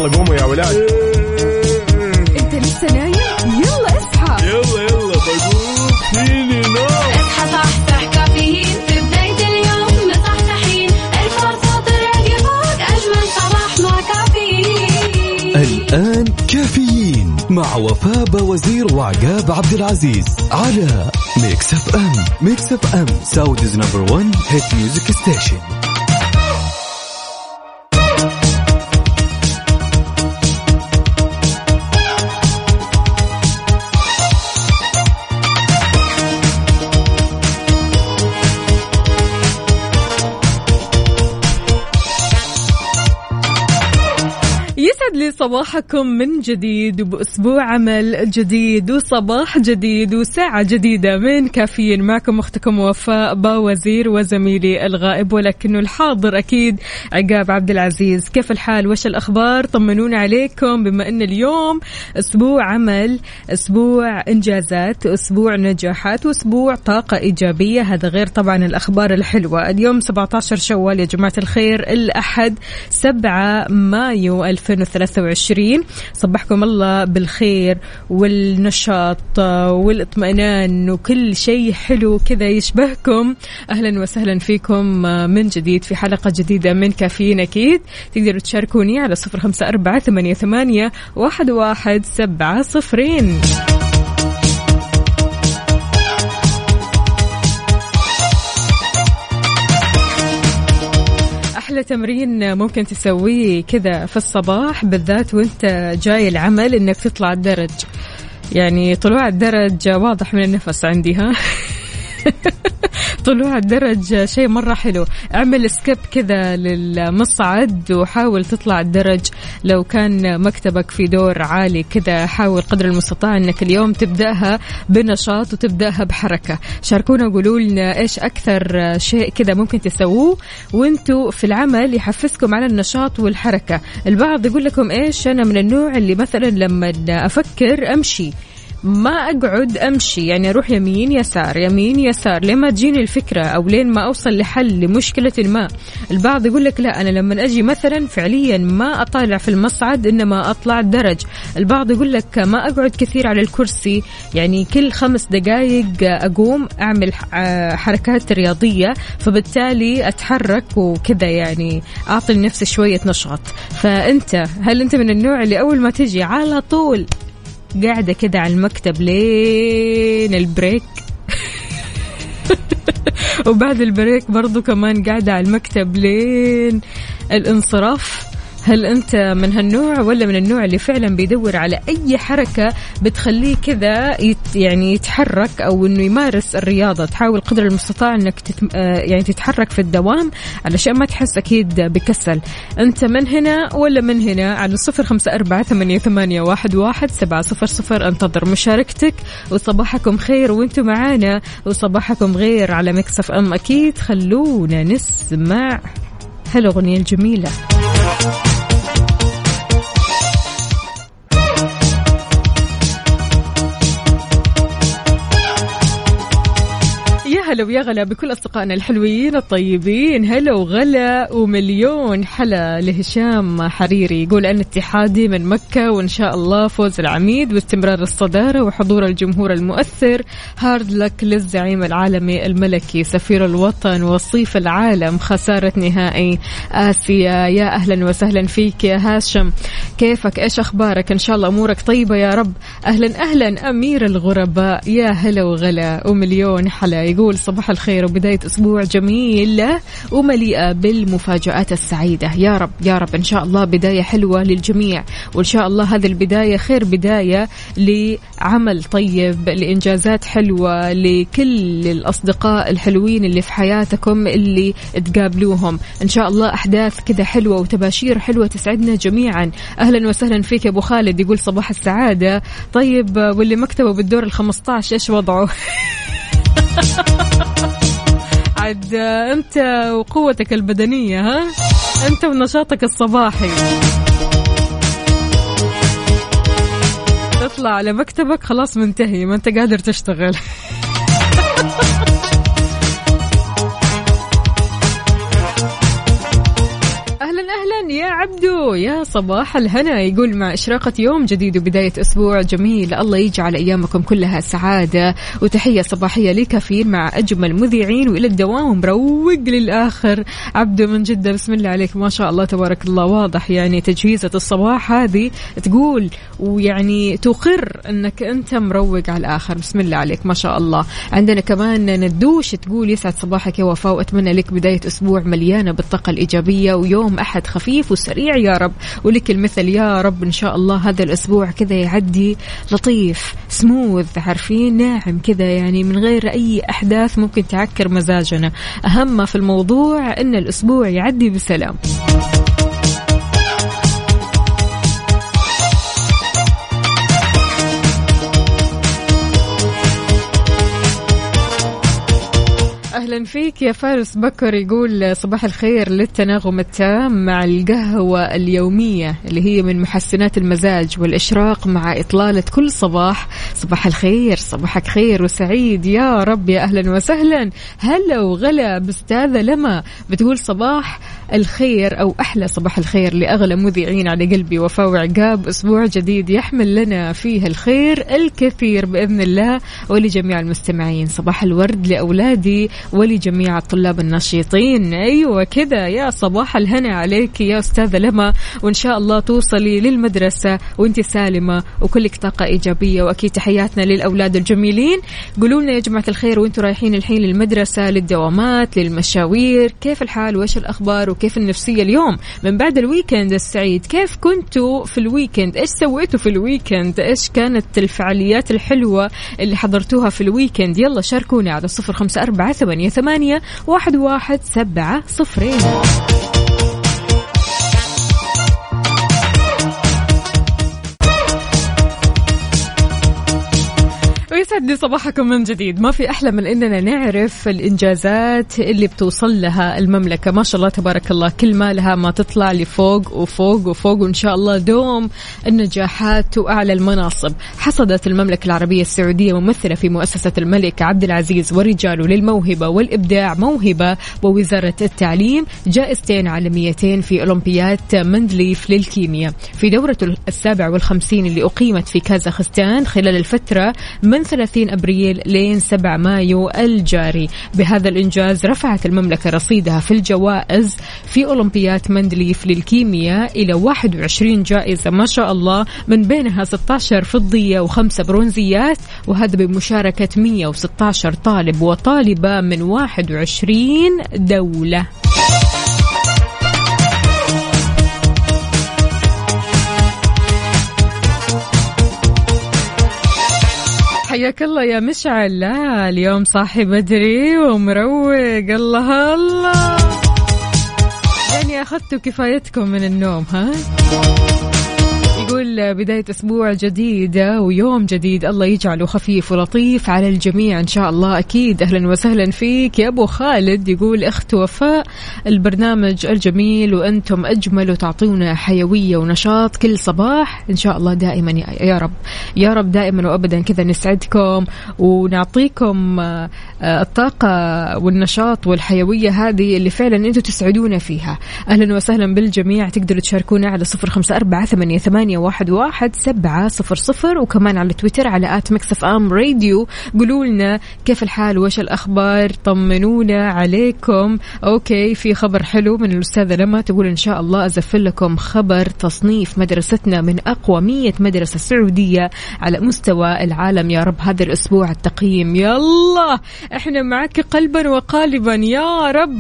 يلا قوموا يا ولاد. انت لسه نايم؟ يلا اصحى. يلا بقوم فيني نوم. اصحى صحصح كافيين في بداية اليوم مصحصحين. الفرصة تراقي فوق أجمل صباح مع كافيين. الآن كافيين مع وفاء بوزير وعقاب عبد العزيز على ميكس اف ام. ميكس اف ام سعوديز نمبر 1 هيت ميوزك ستيشن. يسعد لي صباحكم من جديد وبأسبوع عمل جديد وصباح جديد وساعة جديدة من كافيين. معكم أختكم وفاء باوزير وزميلي الغائب ولكنه الحاضر أكيد عقاب عبد العزيز. كيف الحال وش الأخبار؟ طمنونا عليكم بما أن اليوم أسبوع عمل، أسبوع إنجازات، أسبوع نجاحات، وأسبوع طاقة إيجابية. هذا غير طبعا الأخبار الحلوة. اليوم 17 شوال يا جماعة الخير، الأحد 7 مايو 2023. صبحكم الله بالخير والنشاط والاطمئنان وكل شيء حلو كذا يشبهكم. أهلا وسهلا فيكم من جديد في حلقة جديدة من كافيين. أكيد تقدروا تشاركوني على 0548811700. أحلى تمرين ممكن تسويه كذا في الصباح بالذات وانت جاي العمل إنك تطلع الدرج. يعني طلوع الدرج واضح من النفس عندي ها. طلوع الدرج شيء مرة حلو. اعمل سكيب كذا للمصعد وحاول تطلع الدرج. لو كان مكتبك في دور عالي كذا حاول قدر المستطاع انك اليوم تبدأها بنشاط وتبدأها بحركة. شاركونا وقولوا لنا ايش اكثر شيء كذا ممكن تسووه وانتوا في العمل يحفزكم على النشاط والحركة. البعض يقول لكم ايش، انا من النوع اللي مثلا لما افكر امشي ما أقعد أمشي، يعني أروح يمين يسار يمين يسار لين ما تجيني الفكرة أو لين ما أوصل لحل لمشكلة ما. البعض يقول لك لا، أنا لما أجي مثلا فعليا ما أطالع في المصعد إنما أطلع الدرج. البعض يقول لك ما أقعد كثير على الكرسي، يعني كل 5 دقائق أقوم أعمل حركات رياضية فبالتالي أتحرك وكذا، يعني أعطي لنفسي شوية نشاط. فأنت هل أنت من النوع اللي أول ما تجي على طول قاعدة كده على المكتب لين البريك وبعد البريك برضو كمان قاعدة على المكتب لين الانصراف؟ هل أنت من هالنوع ولا من النوع اللي فعلا بيدور على أي حركة بتخليه كذا يعني يتحرك أو إنه يمارس الرياضة؟ تحاول قدر المستطاع إنك يعني تتحرك في الدوام علشان ما تحس أكيد بكسل. أنت من هنا ولا من هنا؟ على 0548811700 انتظر مشاركتك. وصباحكم خير وانتم معانا وصباحكم غير على ميكس اف ام. أكيد خلونا نسمع هالأغنية الجميلة. هلا ويا غلا بكل أصدقائنا الحلوين الطيبين. هلا وغلا ومليون حلا لهشام حريري. يقول أن اتحادي من مكة وإن شاء الله فوز العميد واستمرار الصدارة وحضور الجمهور المؤثر. هارد لك للزعيم العالمي الملكي سفير الوطن وصيف العالم. خسارة نهائي آسيا. يا أهلا وسهلا فيك يا هاشم، كيفك؟ إيش أخبارك؟ إن شاء الله أمورك طيبة يا رب. أهلا أهلا أمير الغرباء. يا هلا وغلا ومليون حلا. يقول صباح الخير وبداية أسبوع جميلة ومليئة بالمفاجآت السعيدة. يا رب يا رب إن شاء الله بداية حلوة للجميع، وإن شاء الله هذه البداية خير بداية لعمل طيب، لإنجازات حلوة، لكل الأصدقاء الحلوين اللي في حياتكم اللي تقابلوهم. إن شاء الله أحداث كذا حلوة وتباشير حلوة تسعدنا جميعا. أهلا وسهلا فيك أبو خالد. يقول صباح السعادة. طيب واللي مكتبه بالدور 15 إيش وضعه؟ عاد أنت وقوتك البدنية، ها أنت ونشاطك الصباحي تطلع على مكتبك خلاص منتهي، ما أنت قادر تشتغل. أهلا يا عبد عبدو يا صباح الهنا، يقول مع إشراقة يوم جديد وبداية أسبوع جميل، الله يجعل أيامكم كلها سعادة، وتحية صباحية لكافيين مع أجمل مذيعين وإلى الدوام مروق للآخر. عبدو من جدة، بسم الله عليك ما شاء الله تبارك الله، واضح يعني تجهيزة الصباح هذه تقول ويعني تقر أنك أنت مروق على الآخر، بسم الله عليك ما شاء الله. عندنا كمان ندوش تقول يسعد صباحك يا وفاء، وأتمنى لك بداية أسبوع مليانة بالطاقة الإيجابية ويوم أحد خفيف وسريع يا رب، ولك المثل يا رب. إن شاء الله هذا الأسبوع كذا يعدي لطيف سموث، عارفين ناعم كذا، يعني من غير أي أحداث ممكن تعكر مزاجنا. أهم ما في الموضوع أن الأسبوع يعدي بسلام. أهلا فيك يا فارس بكر، يقول صباح الخير للتناغم التام مع القهوة اليومية اللي هي من محسنات المزاج والإشراق مع إطلالة كل صباح. صباح الخير، صباحك خير وسعيد يا رب، يا أهلا وسهلا. هلا وغلا بأستاذة لما بتقول صباح الخير أو أحلى صباح الخير لأغلى مذيعين على قلبي وفاء وعقاب، أسبوع جديد يحمل لنا فيه الخير الكثير بإذن الله ولجميع المستمعين. صباح الورد لأولادي ولجميع الطلاب النشيطين. أيوة كذا، يا صباح الهنا عليك يا أستاذة لما، وإن شاء الله توصلي للمدرسة وإنتي سالمة وكلك طاقة إيجابية. وأكيد تحياتنا للأولاد الجميلين. قولوا لنا يا جماعة الخير وإنتوا رايحين الحين للمدرسة، للدوامات، للمشاوير، كيف الحال وإيش الأخبار وكيف النفسية اليوم من بعد الويكند السعيد؟ كيف كنتوا في الويكند؟ إيش سويتوا في الويكند؟ إيش كانت الفعاليات الحلوة اللي حضرتوها في الويكند؟ يلا شاركونا على 0548811700. ويسعد لي صباحكم من جديد. ما في أحلى من إننا نعرف الإنجازات اللي بتوصل لها المملكة، ما شاء الله تبارك الله، كل ما لها ما تطلع لفوق وفوق وفوق، وإن شاء الله دوم النجاحات وأعلى المناصب. حصدت المملكة العربية السعودية ممثلة في مؤسسة الملك عبد العزيز ورجاله للموهبة والإبداع موهبة، ووزارة التعليم جائزتين عالميتين في أولمبياد مندليف للكيمياء في دورة 57 اللي أقيمت في كازاخستان خلال الفترة من 30 أبريل لين 7 مايو الجاري. بهذا الإنجاز رفعت المملكة رصيدها في الجوائز في أولمبياد مندليف للكيمياء إلى 21 جائزة ما شاء الله، من بينها 16 فضية و5 برونزيات، وهذا بمشاركة 116 طالب وطالبة من 21 دولة. حياك الله يا مشعل. لا اليوم صاحي بدري ومروق، الله الله، يعني أخذتوا كفايتكم من النوم ها؟ يقول بداية أسبوع جديدة ويوم جديد، الله يجعله خفيف ولطيف على الجميع إن شاء الله. أكيد أهلا وسهلا فيك يا أبو خالد. يقول أخت وفاء البرنامج الجميل وأنتم أجمل وتعطونا حيوية ونشاط كل صباح إن شاء الله دائما يا رب، يا رب دائما وأبدا كذا نسعدكم ونعطيكم الطاقة والنشاط والحيوية هذه اللي فعلا أنتم تسعدونا فيها. أهلا وسهلا بالجميع. تقدروا تشاركونا على 0548811700 وكمان على تويتر على @mixfmradio. قولوا لنا كيف الحال وإيش الأخبار، طمنونا عليكم. أوكي، في خبر حلو من الأستاذة لما تقول إن شاء الله أزفل لكم خبر تصنيف مدرستنا من أقوى 100 مدرسة سعودية على مستوى العالم يا رب هذا الأسبوع التقييم. يلا إحنا معك قلبا وقالبا يا رب.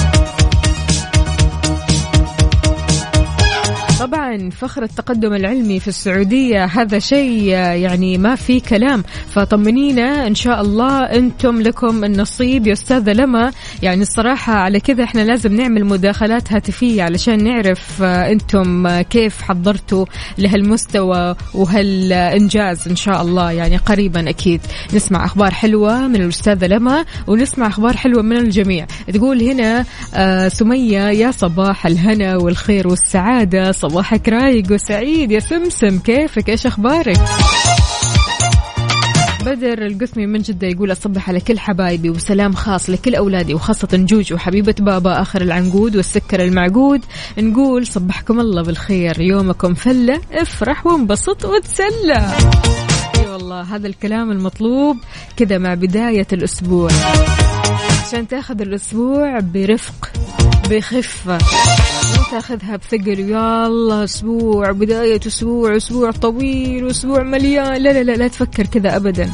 طبعا فخر التقدم العلمي في السعودية هذا شيء يعني ما في كلام، فطمنينا إن شاء الله أنتم لكم النصيب يا أستاذة لما. يعني الصراحة على كذا إحنا لازم نعمل مداخلات هاتفية علشان نعرف أنتم كيف حضرتوا لهالمستوى وهالإنجاز إن شاء الله. يعني قريبا أكيد نسمع أخبار حلوة من الأستاذة لما ونسمع أخبار حلوة من الجميع. تقول هنا سمية يا صباح الهنا والخير والسعادة، صباحك رايق وسعيد يا سمسم، كيفك إيش أخبارك؟ بدر القثمي من جدة يقول أصبح على كل حبايبي وسلام خاص لكل أولادي وخاصة جوج وحبيبة بابا آخر العنقود والسكر المعقود. نقول صبحكم الله بالخير، يومكم فلة، افرح وانبسط وتسلى. والله هذا الكلام المطلوب كذا مع بداية الأسبوع عشان تاخذ الأسبوع برفق بخفة، مو تاخذها بثقل ويلا أسبوع بداية أسبوع طويل وأسبوع مليان. لا لا لا لا تفكر كذا أبدا.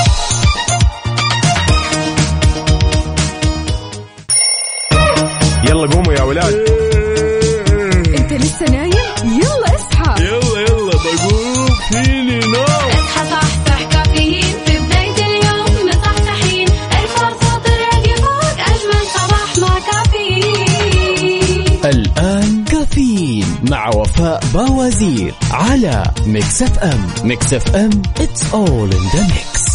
يلا قوموا يا ولاد. أنت لسه نايم؟ يلا اصحى. يلا بقوم فيني نوم. اصحى صحصح كافيين في بداية اليوم مصحصحين، الفرصة الراديو فوق أجمل صباح مع كافيين. الآن كافيين مع وفاء باوزير على ميكس اف ام. ميكس اف ام it's all in the mix.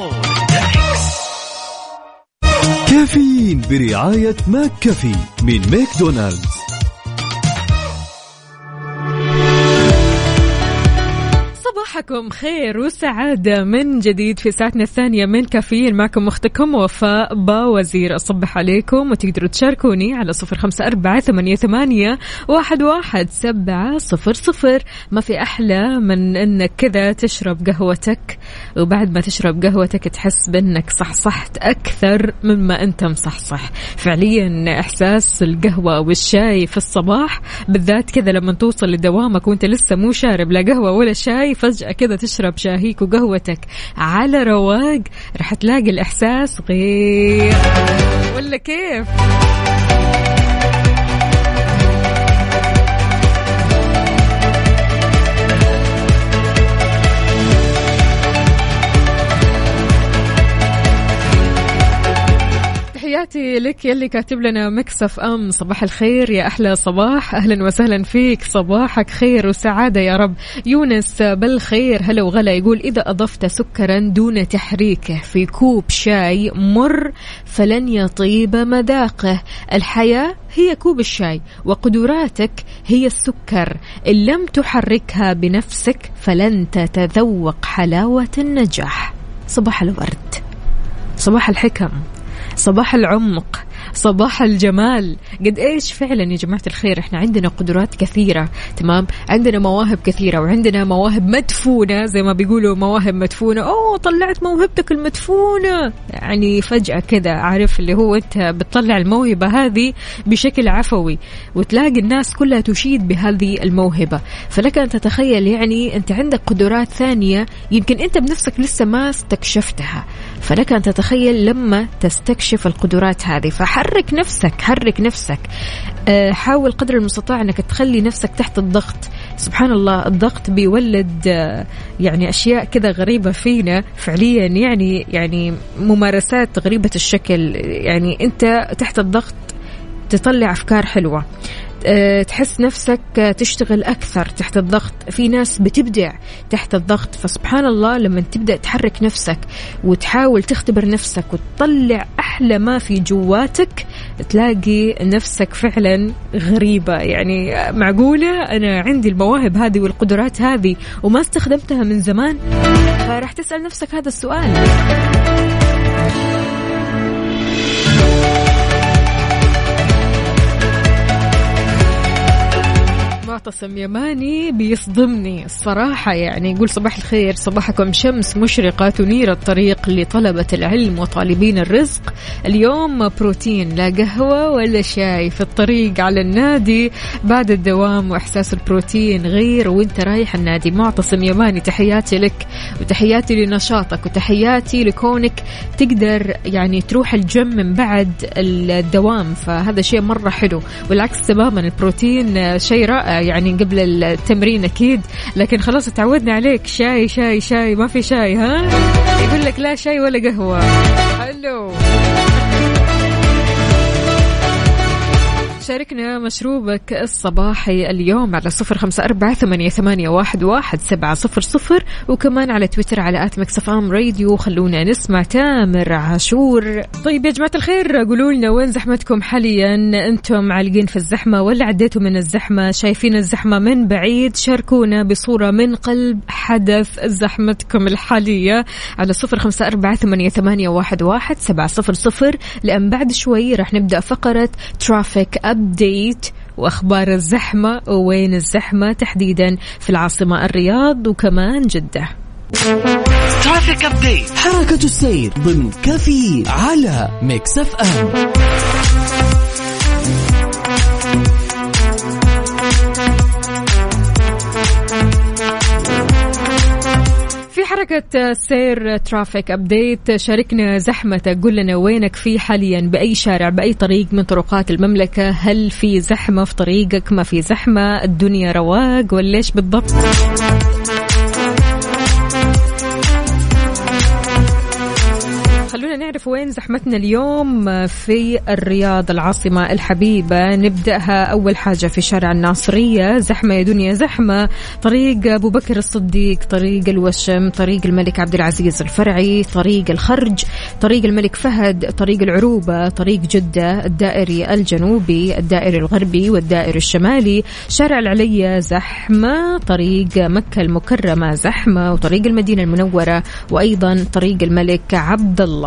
كافيين برعاية ماك كافي من ماكدونالدز. صباحكم خير وسعادة من جديد في ساعتنا الثانية من كافيين، معكم أختكم وفاء باوزير. أصبح عليكم وتقدروا تشاركوني على 0548811700. ما في أحلى من أنك كذا تشرب قهوتك وبعد ما تشرب قهوتك تحس بأنك صحصحت أكثر مما أنت مصحصح. فعليا إحساس القهوة والشاي في الصباح بالذات كذا لما توصل لدوامك وأنت لسه مو شارب لا قهوة ولا شاي، فجأة كذا تشرب شاهيك وقهوتك على رواق، رح تلاقي الإحساس غير ولا كيف؟ تحياتي لك يلي كاتب لنا مكسف أم. صباح الخير يا أحلى صباح، أهلا وسهلا فيك، صباحك خير وسعادة يا رب. يونس بالخير هلا وغلا يقول إذا أضفت سكرا دون تحريكه في كوب شاي مر فلن يطيب مذاقه. الحياة هي كوب الشاي وقدراتك هي السكر، إن لم تحركها بنفسك فلن تتذوق حلاوة النجاح. صباح الورد، صباح الحكم، صباح العمق، صباح الجمال. قد إيش فعلا يا جماعة الخير إحنا عندنا قدرات كثيرة، تمام، عندنا مواهب كثيرة وعندنا مواهب مدفونة زي ما بيقولوا، مواهب مدفونة. أوه طلعت موهبتك المدفونة، يعني فجأة كذا عارف اللي هو أنت بتطلع الموهبة هذه بشكل عفوي وتلاقي الناس كلها تشيد بهذه الموهبة. فلك أن تتخيل يعني أنت عندك قدرات ثانية يمكن أنت بنفسك لسه ما استكشفتها. فلك أن تتخيل لما تستكشف القدرات هذه. فحرك نفسك، حرك نفسك، حاول قدر المستطاع أنك تخلي نفسك تحت الضغط. سبحان الله الضغط بيولد يعني أشياء كذا غريبة فينا فعليا، يعني ممارسات غريبة الشكل. يعني أنت تحت الضغط تطلع أفكار حلوة، تحس نفسك تشتغل أكثر تحت الضغط. في ناس بتبدع تحت الضغط. فسبحان الله لما تبدأ تحرك نفسك وتحاول تختبر نفسك وتطلع أحلى ما في جواتك تلاقي نفسك فعلا غريبة. يعني معقولة أنا عندي المواهب هذه والقدرات هذه وما استخدمتها من زمان؟ فرح تسأل نفسك هذا السؤال. معتصم يماني بيصدمني الصراحة، يعني يقول صباح الخير، صباحكم شمس مشرقة تنير الطريق لطلبة العلم وطالبين الرزق. اليوم بروتين، لا قهوة ولا شاي، في الطريق على النادي بعد الدوام وإحساس البروتين غير وانت رايح النادي. معتصم يماني تحياتي لك وتحياتي لنشاطك وتحياتي لكونك تقدر يعني تروح الجيم من بعد الدوام، فهذا شيء مرة حلو. والعكس تماما، البروتين شيء رائع يعني قبل التمرين أكيد، لكن خلاص تعودنا عليك شاي شاي شاي، ما في شاي ها، يقول لك لا شاي ولا قهوة. حلو. شاركنا مشروبك الصباحي اليوم على 0548811700 وكمان على تويتر على @mixfmradio. خلونا نسمع تامر عاشور. طيب يا جماعة الخير، قولوا لنا وين زحمتكم حاليا؟ أنتم عالقين في الزحمة ولا عديتوا من الزحمة؟ شايفين الزحمة من بعيد؟ شاركونا بصورة من قلب حدث زحمتكم الحالية على 0548811700. لأن بعد شوي راح نبدأ فقرة ترافيك أبديت وأخبار الزحمة ووين الزحمة تحديدا في العاصمة الرياض وكمان جدة. ترافيك أبديت، حركة السير ضمن كافيين على ميكس اف ام. في حركة سير ترافيك أبديت، شاركنا زحمتك، قل لنا وينك في حاليا، بأي شارع بأي طريق من طرقات المملكة. هل في زحمة في طريقك؟ ما في زحمة؟ الدنيا رواق ولا إيش بالضبط؟ خلونا نعرف وين زحمتنا اليوم في الرياض العاصمة الحبيبة. نبدأها أول حاجة في شارع الناصرية، زحمة يا دنيا زحمة. طريق أبو بكر الصديق، طريق الوشم، طريق الملك عبد العزيز الفرعي، طريق الخرج، طريق الملك فهد، طريق العروبة، طريق جدة، الدائري الجنوبي، الدائري الغربي والدائري الشمالي. شارع العلية زحمة، طريق مكة المكرمة زحمة، وطريق المدينة المنورة، وأيضا طريق الملك عبد الله.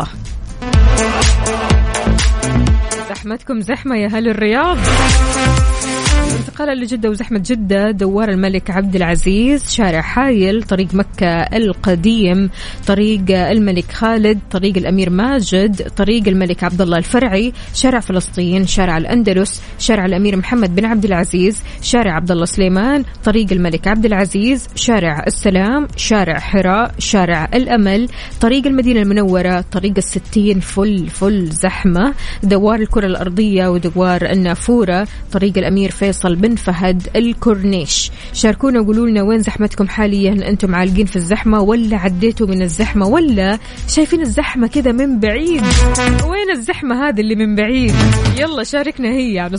زحمتكم زحمة يا أهل الرياض. انتقالا لجدة وزحمة جدة، دوار الملك عبد العزيز، شارع حايل، طريق مكة القديم، طريق الملك خالد، طريق الأمير ماجد، طريق الملك عبد الله الفرعي، شارع فلسطين، شارع الأندلس، شارع الأمير محمد بن عبد العزيز، شارع عبد الله سليمان، طريق الملك عبد العزيز، شارع السلام، شارع حراء، شارع الأمل، طريق المدينة المنورة، طريق الستين فل زحمة، دوار الكرة الأرضية ودوار النافورة، طريق الأمير فيصل بن فهد، الكورنيش. شاركونا وقولوا لنا وين زحمتكم حاليا، أنتم عالقين في الزحمة ولا عديتوا من الزحمة ولا شايفين الزحمة كذا من بعيد؟ وين الزحمة هذه اللي من بعيد؟ يلا شاركنا هي على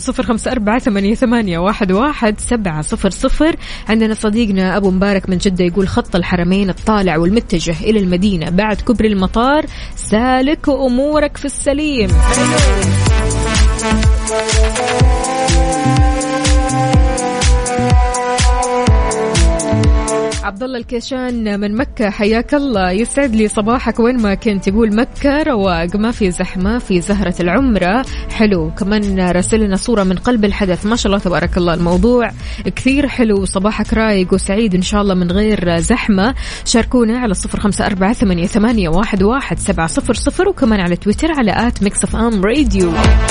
0548811700. عندنا صديقنا أبو مبارك من جدة يقول خط الحرمين الطالع والمتجه إلى المدينة بعد كبر المطار سالك وأمورك في السليم. عبد الله الكيشان من مكة، حياك الله، يسعد لي صباحك وين ما كنت. يقول مكة رواق، ما في زحمة، في زهرة العمرة. حلو، كمان راسلنا صورة من قلب الحدث، ما شاء الله تبارك الله، الموضوع كثير حلو. صباحك رايق وسعيد إن شاء الله من غير زحمة. شاركونا على 0548811700 وكمان على تويتر على @mixfmradio.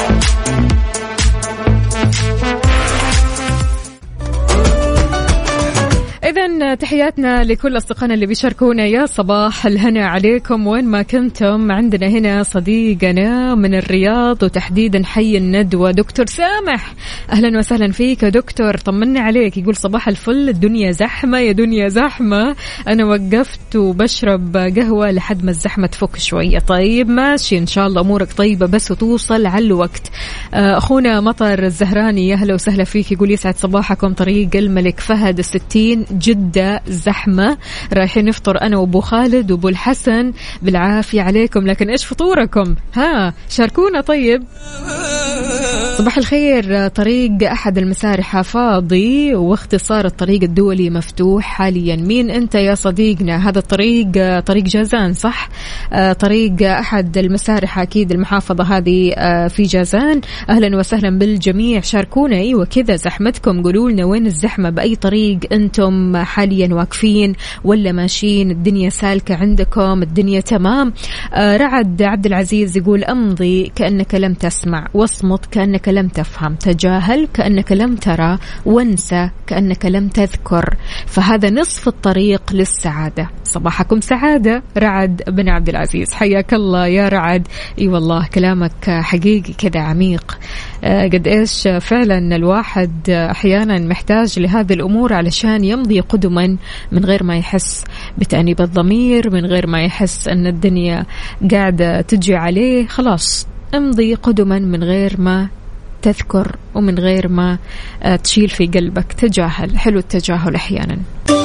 إذن تحياتنا لكل أصدقائنا اللي بيشاركونا، يا صباح الهنا عليكم وين ما كنتم. عندنا هنا صديقنا من الرياض وتحديدا حي الندوة، دكتور سامح، أهلا وسهلا فيك يا دكتور، طمنا عليك. يقول صباح الفل، الدنيا زحمة يا دنيا زحمة، أنا وقفت وبشرب قهوة لحد ما الزحمة تفك شوية. طيب ماشي، إن شاء الله أمورك طيبة بس وتوصل على الوقت. أخونا مطر الزهراني، يا هلا وسهلا فيك، يقول يسعد صباحكم، طريق الملك فهد 60 جدة زحمة، رايحين نفطر أنا وأبو خالد وأبو الحسن، بالعافية عليكم، لكن إيش فطوركم؟ ها شاركونا. طيب صباح الخير، طريق أحد المسارح فاضي واختصار الطريق الدولي مفتوح حاليا. مين أنت يا صديقنا؟ هذا الطريق طريق جازان صح؟ طريق أحد المسارح أكيد المحافظة هذه في جازان. أهلا وسهلا بالجميع، شاركونا. أيوة كذا زحمتكم، قولوا لنا وين الزحمة، بأي طريق أنتم حاليا واقفين ولا ماشيين، الدنيا سالكة عندكم، الدنيا تمام. رعد عبد العزيز يقول أمضي كأنك لم تسمع، واصمت كأنك لم تفهم، تجاهل كأنك لم ترى، وانسى كأنك لم تذكر، فهذا نصف الطريق للسعادة. صباحكم سعادة. رعد بن عبد العزيز، حياك الله يا رعد. اي والله كلامك حقيقي كذا عميق، قد ايش فعلا الواحد احيانا محتاج لهذه الامور علشان يمضي قدما من غير ما يحس بتأنيب الضمير، من غير ما يحس ان الدنيا قاعدة تجي عليه. خلاص امضي قدما من غير ما تذكر ومن غير ما تشيل في قلبك. تجاهل، حلو التجاهل أحيانا.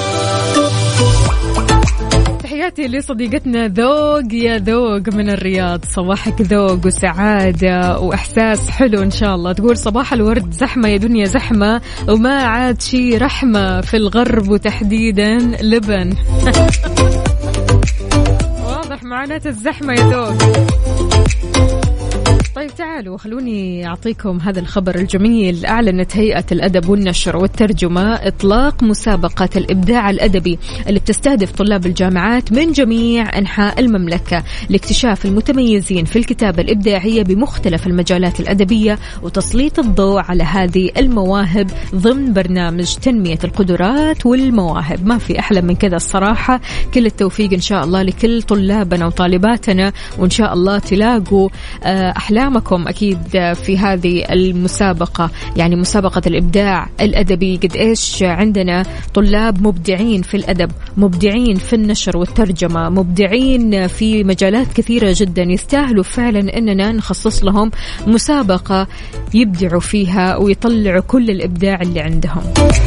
تحياتي لصديقتنا ذوق يا ذوق من الرياض، صباحك ذوق وسعادة وإحساس حلو إن شاء الله. تقول صباح الورد، زحمة يا دنيا زحمة وما عاد شي رحمة في الغرب وتحديدا لبن. واضح معاناة الزحمة يا ذوق. طيب تعالوا خلوني أعطيكم هذا الخبر الجميل. أعلنت هيئة الأدب والنشر والترجمة إطلاق مسابقة الإبداع الأدبي اللي بتستهدف طلاب الجامعات من جميع أنحاء المملكة لاكتشاف المتميزين في الكتابة الإبداعية بمختلف المجالات الأدبية وتسليط الضوء على هذه المواهب ضمن برنامج تنمية القدرات والمواهب. ما في أحلى من كذا الصراحة. كل التوفيق إن شاء الله لكل طلابنا وطالباتنا، وإن شاء الله تلاقوا أحلامكم أكيد في هذه المسابقة. يعني مسابقة الإبداع الأدبي، قد إيش عندنا طلاب مبدعين في الأدب، مبدعين في النشر والترجمة، مبدعين في مجالات كثيرة جدا، يستاهلوا فعلا أننا نخصص لهم مسابقة يبدعوا فيها ويطلعوا كل الإبداع اللي عندهم.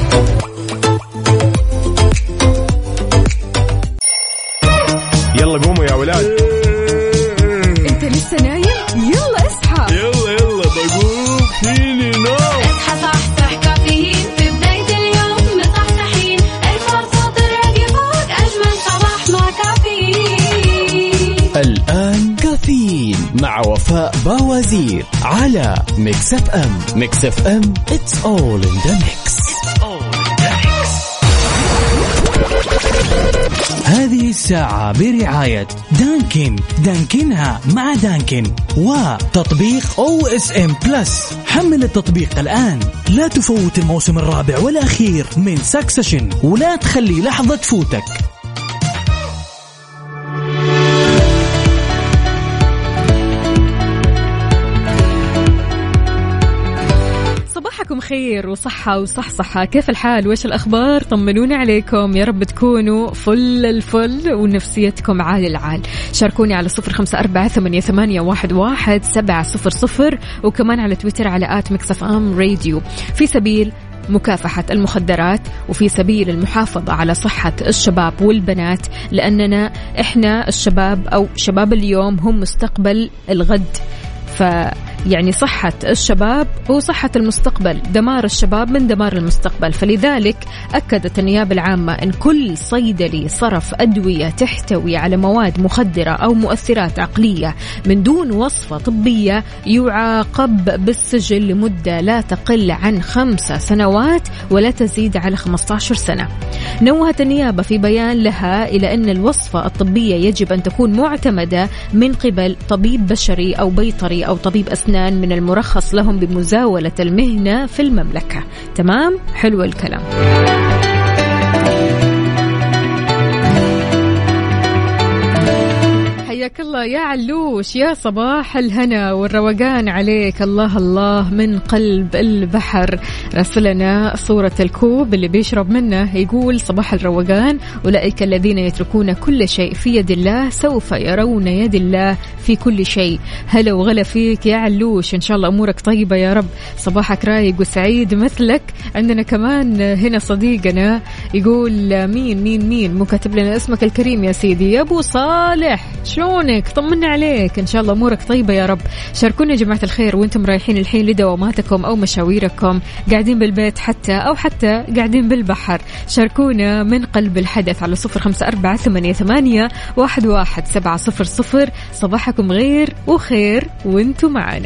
يلا قوموا يا ولاد. أنت لسه نايم؟ يلا اصحى. يلا بقوم فيني نوم. اصحى صحصح كافيين في بداية اليوم مصحصحين، الفرصة تراقي فوق أجمل صباح مع كافيين. الآن كافيين مع وفاء باوزير على ميكس اف ام. ميكس اف ام it's all in the mix. هذه الساعة برعاية دانكن، دانكنها مع دانكن، وتطبيق OSM Plus. حمل التطبيق الآن، لا تفوت الموسم الرابع والأخير من سكسشن ولا تخلي لحظة تفوتك. صباحكم خير وصحة وصحصحة. كيف الحال وإيش الأخبار؟ طمنوني عليكم، يا رب تكونوا فل الفل ونفسيتكم عال العال. شاركوني على 0548811700 وكمان على تويتر على @mixfmradio في سبيل مكافحة المخدرات وفي سبيل المحافظة على صحة الشباب والبنات، لأننا إحنا الشباب أو شباب اليوم هم مستقبل الغد. يعني صحة الشباب هو صحة المستقبل، دمار الشباب من دمار المستقبل. فلذلك أكدت النيابة العامة أن كل صيدلي صرف أدوية تحتوي على مواد مخدرة أو مؤثرات عقلية من دون وصفة طبية يعاقب بالسجن لمدة لا تقل عن 5 سنوات ولا تزيد على 15 سنة. نوهت النيابة في بيان لها إلى أن الوصفة الطبية يجب أن تكون معتمدة من قبل طبيب بشري أو بيطري أو طبيب أسنان من المرخص لهم بمزاولة المهنة في المملكة. تمام؟ حلو الكلام. حياك الله يا علوش، يا صباح الهنا والروقان عليك. الله الله من قلب البحر رسلنا صورة الكوب اللي بيشرب منه، يقول صباح الروقان، أولئك الذين يتركون كل شيء في يد الله سوف يرون يد الله في كل شيء. هلا وغلا فيك يا علوش، إن شاء الله أمورك طيبة يا رب، صباحك رايق وسعيد مثلك. عندنا كمان هنا صديقنا يقول مين مو كاتب لنا اسمك الكريم يا سيدي، يا أبو صالح، شلونك؟ طمنا عليك، إن شاء الله أمورك طيبة يا رب. شاركونا يا جماعة الخير وانتم رايحين الحين لدواماتكم أو مشاويركم، قاعدين بالبيت حتى قاعدين بالبحر. شاركونا من قلب الحدث على 0548811700. صباحكم غير وخير وانتم معنا.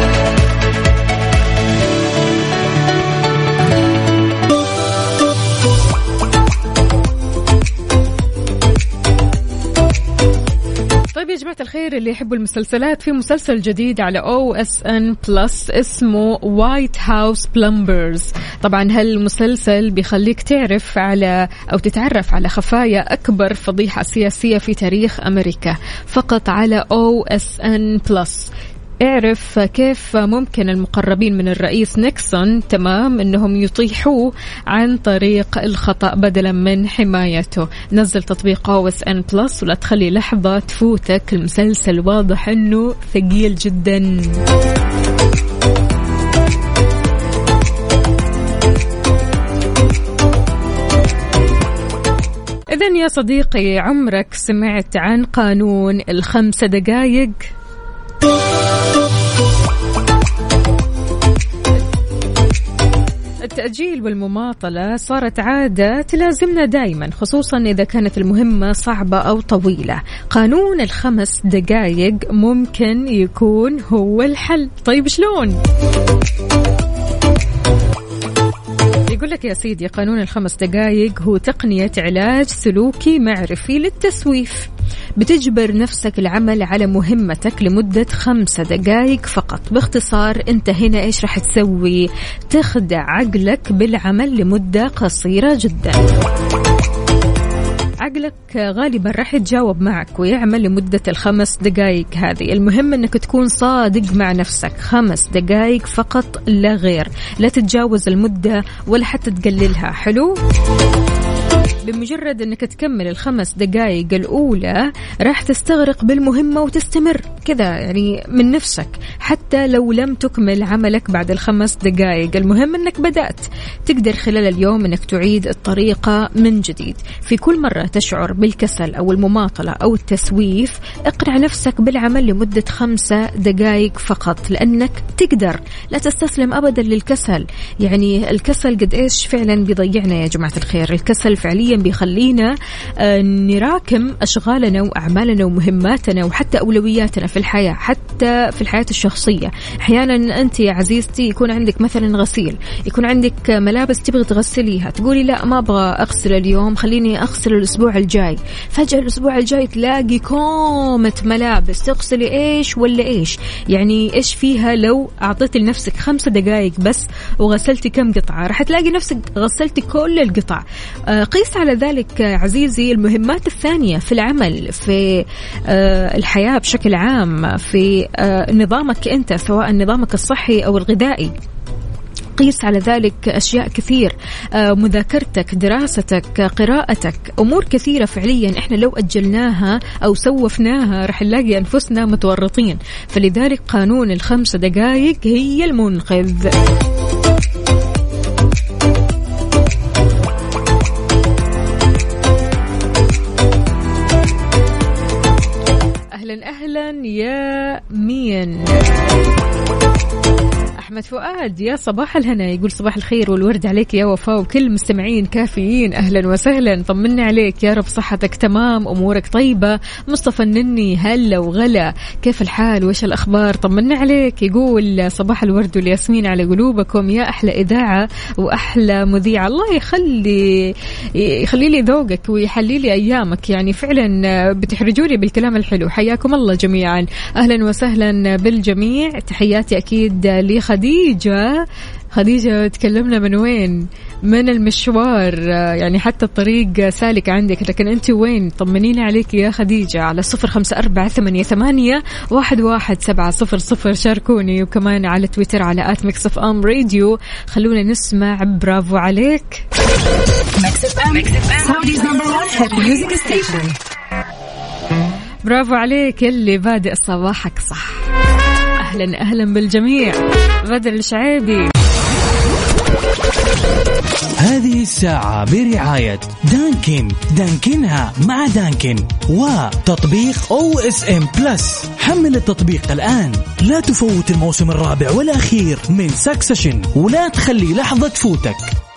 طيب يا جماعة الخير اللي يحبوا المسلسلات، في مسلسل جديد على OSN Plus اسمه White House Plumbers. طبعا هالمسلسل بيخليك تعرف على أو تتعرف على خفايا أكبر فضيحة سياسية في تاريخ أمريكا، فقط على OSN Plus. اعرف كيف ممكن المقربين من الرئيس نيكسون تمام انهم يطيحوه عن طريق الخطأ بدلا من حمايته. نزل تطبيق OSN Plus ولا تخلي لحظة تفوتك، المسلسل واضح انه ثقيل جدا. يا صديقي، عمرك سمعت عن قانون 5 دقايق؟ التأجيل والمماطلة صارت عادة تلازمنا دائما، خصوصا إذا كانت المهمة صعبة أو طويلة. قانون 5 دقايق ممكن يكون هو الحل. طيب شلون؟ يقول لك يا سيدي، قانون 5 دقايق هو تقنية علاج سلوكي معرفي للتسويف. بتجبر نفسك العمل على مهمتك لمدة 5 دقايق فقط. باختصار أنت هنا إيش راح تسوي؟ تخدع عقلك بالعمل لمدة قصيرة جدا. عقلك غالبا راح يتجاوب معك ويعمل لمدة 5 دقايق هذه. المهم أنك تكون صادق مع نفسك، 5 دقايق فقط لا غير، لا تتجاوز المدة ولا حتى تقللها. حلو؟ بمجرد أنك تكمل 5 دقايق الأولى راح تستغرق بالمهمة وتستمر كذا يعني من نفسك، حتى لو لم تكمل عملك بعد 5 دقايق. المهم أنك بدأت. تقدر خلال اليوم أنك تعيد الطريقة من جديد. في كل مرة تشعر بالكسل أو المماطلة أو التسويف، اقنع نفسك بالعمل لمدة 5 دقايق فقط، لأنك تقدر. لا تستسلم أبدا للكسل. يعني الكسل قد إيش فعلا بيضيعنا يا جماعة الخير. الكسل فعليا بيخلينا نراكم أشغالنا وأعمالنا ومهماتنا وحتى أولوياتنا في الحياة، حتى في الحياة الشخصية. أحيانا أنت يا عزيزتي يكون عندك مثلا غسيل، يكون عندك ملابس تبغي تغسليها، تقولي لا ما أبغى أغسل اليوم، خليني أغسل الأسبوع الجاي. فجأة الأسبوع الجاي تلاقي كومة ملابس، تغسلي إيش ولا إيش. يعني إيش فيها لو أعطيت لنفسك 5 دقايق بس وغسلتي كم قطعة؟ راح تلاقي نفسك غسلتي كل القطع. قيس على ذلك عزيزي المهمات الثانية في العمل، في الحياة بشكل عام، في نظامك أنت، سواء نظامك الصحي أو الغذائي. قيس على ذلك أشياء كثير، مذاكرتك، دراستك، قراءتك، أمور كثيرة فعليا إحنا لو أجلناها أو سوفناها رح نلاقي أنفسنا متورطين. فلذلك قانون 5 دقايق هي المنقذ. أهلا يا مين؟ أحمد فؤاد، يا صباح الهنا، يقول صباح الخير والورد عليك يا وفاء وكل مستمعين كافيين. أهلا وسهلا، طمنا عليك، يا رب صحتك تمام، أمورك طيبة. مصطفى النني، هلا وغلا، كيف الحال وإيش الأخبار؟ طمنا عليك. يقول صباح الورد والياسمين على قلوبكم يا أحلى إذاعة وأحلى مذيعة. الله يخلي لي ذوقك ويحلي لي أيامك، يعني فعلا بتحرجوني بالكلام الحلو. حياكم الله جميعا، أهلا وسهلا بالجميع. تحياتي أكيد خديجة تكلمنا من وين؟ من المشوار، يعني حتى الطريق سالك عندك، لكن أنت وين؟ طمنينا عليك يا خديجة على 0548811700. شاركوني، وكمان على تويتر على @mixfmradio. خلونا نسمع برافو عليك. برافو عليك اللي بادئ صباحك صح. أهلا بالجميع. بدر الشعيبي. هذه الساعة برعاية دانكن، دانكنها مع دانكن، وتطبيق OSM Plus. حمل التطبيق الآن، لا تفوت الموسم الرابع والأخير من سكسشن، ولا تخلي لحظة تفوتك.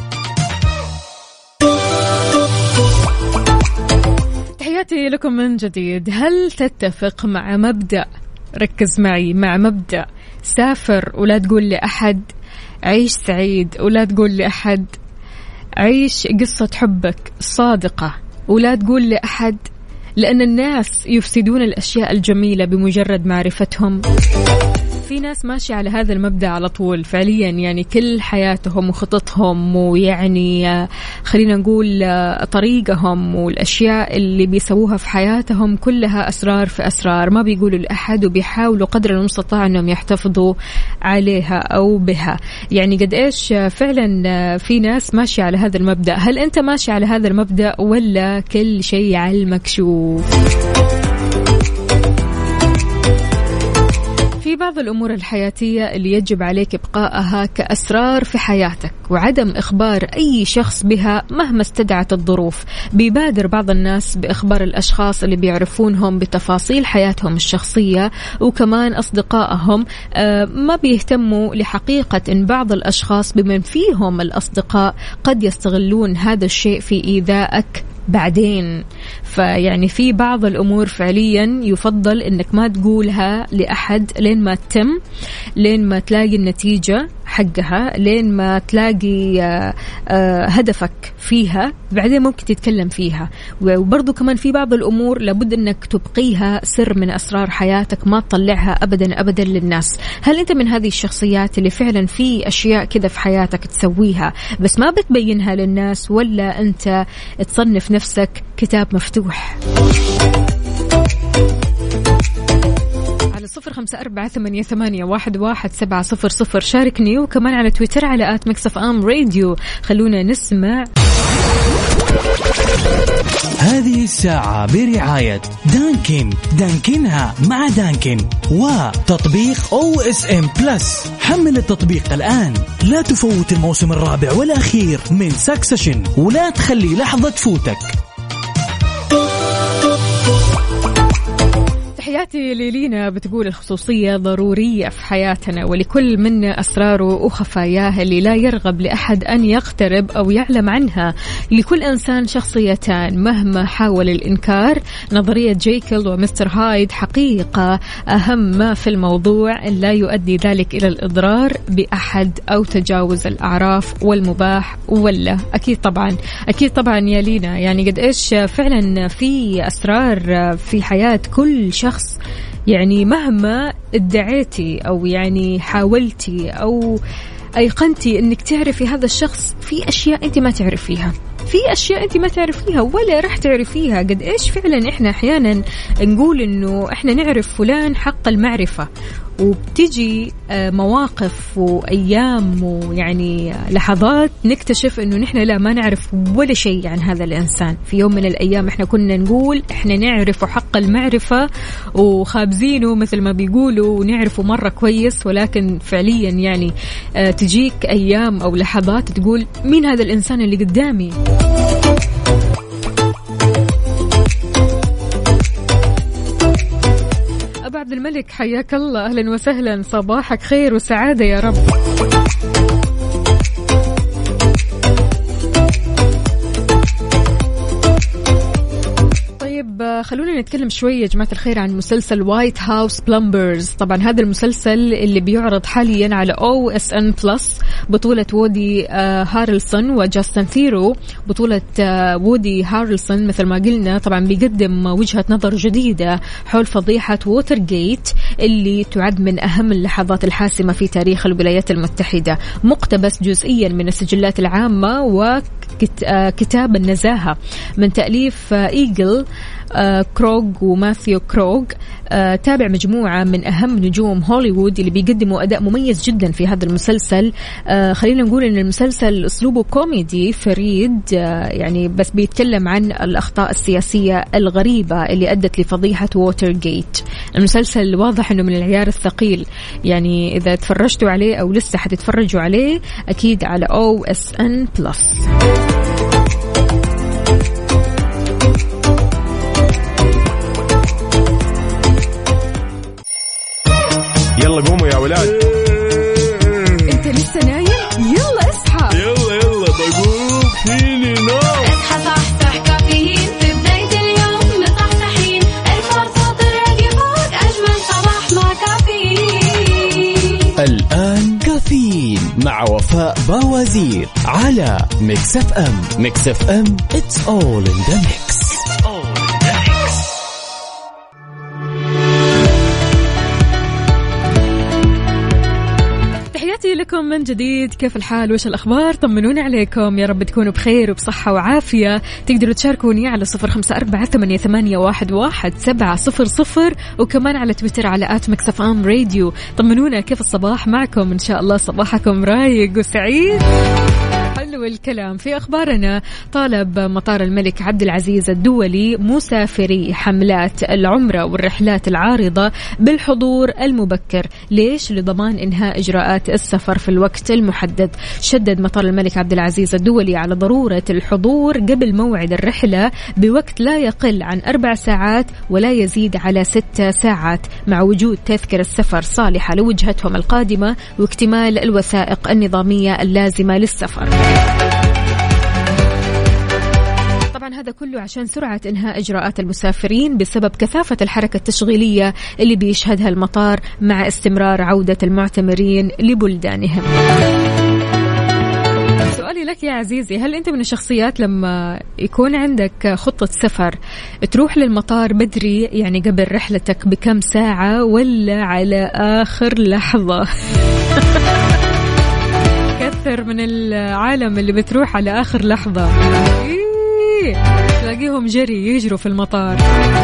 تحياتي لكم من جديد. هل تتفق مع مبدأ، ركز معي، مع مبدأ سافر ولا تقول لأحد، عيش سعيد ولا تقول لأحد، عيش قصة حبك صادقة ولا تقول لأحد، لأن الناس يفسدون الأشياء الجميلة بمجرد معرفتهم. في ناس ماشي على هذا المبدأ على طول فعليا، يعني كل حياتهم وخططهم، ويعني خلينا نقول طريقهم والأشياء اللي بيسووها في حياتهم كلها أسرار في أسرار، ما بيقولوا لأحد، وبيحاولوا قدر المستطاع أنهم يحتفظوا عليها أو بها. يعني قد إيش فعلا في ناس ماشي على هذا المبدأ. هل أنت ماشي على هذا المبدأ ولا كل شيء على المكشوف؟ في في بعض الأمور الحياتية اللي يجب عليك إبقائها كأسرار في حياتك وعدم إخبار أي شخص بها مهما استدعت الظروف. بيبادر بعض الناس بإخبار الأشخاص اللي بيعرفونهم بتفاصيل حياتهم الشخصية، وكمان أصدقائهم ما بيهتموا لحقيقة إن بعض الأشخاص بمن فيهم الأصدقاء قد يستغلون هذا الشيء في إيذائك بعدين. فيعني في بعض الأمور فعليا يفضل إنك ما تقولها لأحد لين ما تتم، لين ما تلاقي النتيجة حقها، لين ما تلاقي هدفك فيها، بعدين ممكن تتكلم فيها. وبرضو كمان في بعض الأمور لابد إنك تبقيها سر من أسرار حياتك، ما تطلعها أبدا أبدا للناس. هل أنت من هذه الشخصيات اللي فعلا في أشياء كذا في حياتك تسويها بس ما بتبينها للناس، ولا أنت تصنف نفسك كتاب مفتوح؟ على 0548811700 شاركني، وكمان على تويتر على @mixfmradio. خلونا نسمع. هذه الساعة برعاية دانكن، دانكنها مع دانكن، وتطبيق OSM Plus. حمل التطبيق الآن، لا تفوت الموسم الرابع والأخير من ساكسشن، ولا تخلي لحظة تفوتك. تحياتي ليلينا بتقول الخصوصية ضرورية في حياتنا، ولكل منا أسراره وخفاياه اللي لا يرغب لأحد أن يقترب أو يعلم عنها. لكل إنسان شخصيتان مهما حاول الإنكار. نظرية جيكل ومستر هايد حقيقة أهم ما في الموضوع إن لا يؤدي ذلك إلى الإضرار بأحد أو تجاوز الأعراف والمباح ولا. أكيد طبعا أكيد طبعا يا لينا، يعني قد إيش فعلا في أسرار في حياة كل شخص. يعني مهما ادعيتي أو يعني حاولتي أو أيقنتي أنك تعرفي هذا الشخص، في أشياء أنت ما تعرفيها، في أشياء أنت ما تعرفيها ولا رح تعرفيها. قد إيش فعلا إحنا أحيانا نقول إنه إحنا نعرف فلان حق المعرفة، وبتجي مواقف وأيام ويعني لحظات نكتشف إنه نحن لا ما نعرف ولا شيء عن هذا الإنسان. في يوم من الأيام إحنا كنا نقول إحنا نعرف حق المعرفة وخابزينه مثل ما بيقولوا ونعرفه مرة كويس، ولكن فعليا يعني تجيك أيام أو لحظات تقول مين هذا الإنسان اللي قدامي. أبو عبد الملك حياك الله، أهلا وسهلا، صباحك خير وسعادة يا رب. طيب خلونا نتكلم شوية يا جماعة الخير عن مسلسل وايت هاوس بلمبرز. طبعا هذا المسلسل اللي بيعرض حاليا على OSN Plus، بطولة وودي هارلسون وجاستن ثيرو. بطولة وودي هارلسون مثل ما قلنا طبعا بيقدم وجهة نظر جديدة حول فضيحة ووترغيت اللي تعد من أهم اللحظات الحاسمة في تاريخ الولايات المتحدة، مقتبس جزئيا من السجلات العامة وكتاب النزاهة من تأليف إيجل كروغ وماثيو كروغ. تابع مجموعة من أهم نجوم هوليوود اللي بيقدموا أداء مميز جدا في هذا المسلسل. خلينا نقول إن المسلسل أسلوبه كوميدي فريد، يعني بس بيتكلم عن الأخطاء السياسية الغريبة اللي أدت لفضيحة ووترغيت. المسلسل واضح إنه من العيار الثقيل، يعني إذا تفرجتوا عليه أو لسه حتتفرجوا عليه أكيد على OSN Plus. يلا قوموا يا ولاد. انت لسه نايم؟ يلا اصحى. يلا بقوم فيني نوم. اصحى صحصح كافيين في بداية اليوم مصحصحين، الفرصة تراقي فوق أجمل صباح مع كافيين. الآن كافيين مع وفاء باوزير على ميكس اف ام. ميكس اف ام it's all in the mix. تحياتي لكم من جديد، كيف الحال وش الأخبار؟ طمنوني عليكم، يا رب تكونوا بخير وبصحة وعافية. تقدروا تشاركوني على 0548811700 وكمان على تويتر على @mixfmradio. طمنونا كيف الصباح معكم، إن شاء الله صباحكم رايق وسعيد. حلو الكلام. في أخبارنا، طالب مطار الملك عبد العزيز الدولي مسافري حملات العمرة والرحلات العارضة بالحضور المبكر. ليش؟ لضمان إنهاء إجراءات السفر في الوقت المحدد. شدد مطار الملك عبد العزيز الدولي على ضرورة الحضور قبل موعد الرحلة بوقت لا يقل عن 4 ساعات ولا يزيد على 6 ساعات، مع وجود تذكرة سفر صالحة لوجهتهم القادمة واكتمال الوثائق النظامية اللازمة للسفر. طبعا هذا كله عشان سرعة إنهاء إجراءات المسافرين بسبب كثافة الحركة التشغيلية اللي بيشهدها المطار مع استمرار عودة المعتمرين لبلدانهم. سؤالي لك يا عزيزي، هل أنت من الشخصيات لما يكون عندك خطة سفر تروح للمطار بدري، يعني قبل رحلتك بكم ساعة، ولا على آخر لحظة؟ كثر من العالم اللي بتروح على آخر لحظة، تلاقيهم جري يجروا في المطار.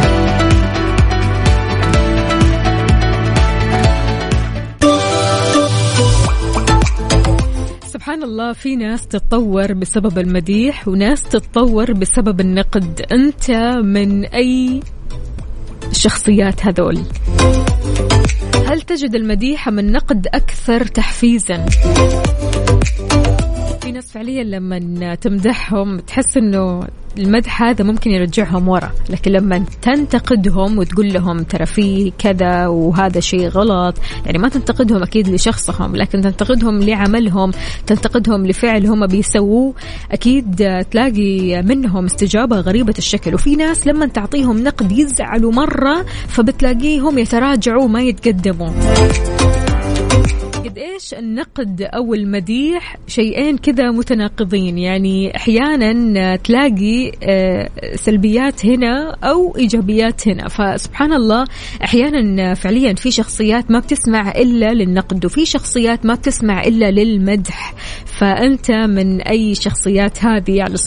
سبحان الله، في ناس تتطور بسبب المديح وناس تتطور بسبب النقد. أنت من أي الشخصيات هذول؟ هل تجد المديح من النقد أكثر تحفيزا؟ في ناس فعليا لما تمدحهم تحس إنه المدح هذا ممكن يرجعهم ورا، لكن لما تنتقدهم وتقول لهم ترى في كذا وهذا شيء غلط، يعني ما تنتقدهم أكيد لشخصهم، لكن تنتقدهم لعملهم، تنتقدهم لفعل هم بيسووه، أكيد تلاقي منهم استجابة غريبة الشكل. وفي ناس لما تعطيهم نقد يزعلوا مرة، فبتلاقيهم يتراجعوا ما يتقدموا. قد إيش النقد أو المديح شيئين كذا متناقضين، يعني أحيانا تلاقي سلبيات هنا أو إيجابيات هنا. فسبحان الله، أحيانا فعليا في شخصيات ما بتسمع إلا للنقد، وفي شخصيات ما بتسمع إلا للمدح. فأنت من أي شخصيات هذه؟ على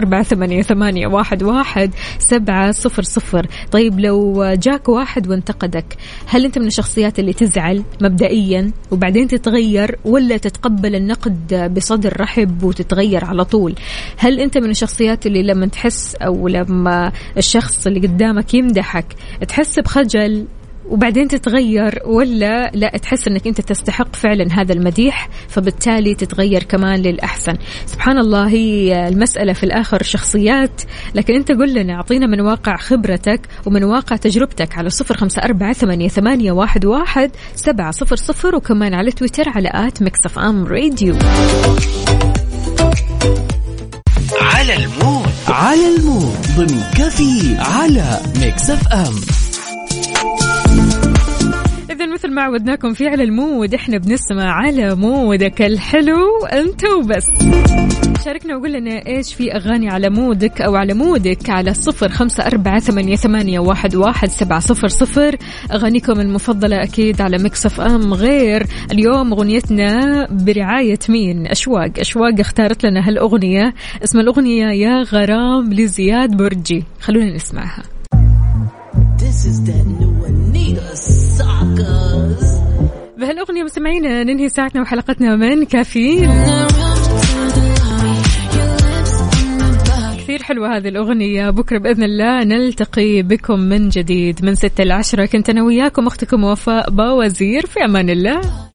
0548811700. طيب لو جاك واحد وانتقدك، هل أنت من الشخصيات اللي تزعل مبدئيا وبعدين تتغير، ولا تتقبل النقد بصدر رحب وتتغير على طول؟ هل أنت من الشخصيات اللي لما تحس أو لما الشخص اللي قدامك يمدحك تحس بخجل وبعدين تتغير، ولا لا تحس أنك أنت تستحق فعلا هذا المديح فبالتالي تتغير كمان للأحسن؟ سبحان الله، هي المسألة في الآخر شخصيات، لكن أنت قل لنا، أعطينا من واقع خبرتك ومن واقع تجربتك على 0548811700، وكمان على تويتر على @mixfmradio. على المود ضمن كافيين على ميكس اف ام. إذا مثل ما عودناكم في على المود، إحنا بنسمع على مودك الحلو أنت وبس. شاركنا وقول لنا إيش في أغاني على مودك أو على مودك على 0548811700. أغانيكم المفضلة أكيد على ميكس اف ام. غير اليوم أغنيتنا برعاية مين؟ أشواق اختارت لنا هالأغنية، اسم الأغنية يا غرام لزياد برجي. خلونا نسمعها. بهالأغنية مستمعينا ننهي ساعتنا وحلقتنا من كافيين. كثير حلوة هذه الأغنية. بكرة بإذن الله نلتقي بكم من جديد من 6 ل 10. كنت أنا وياكم أختكم وفاء باوزير، في أمان الله.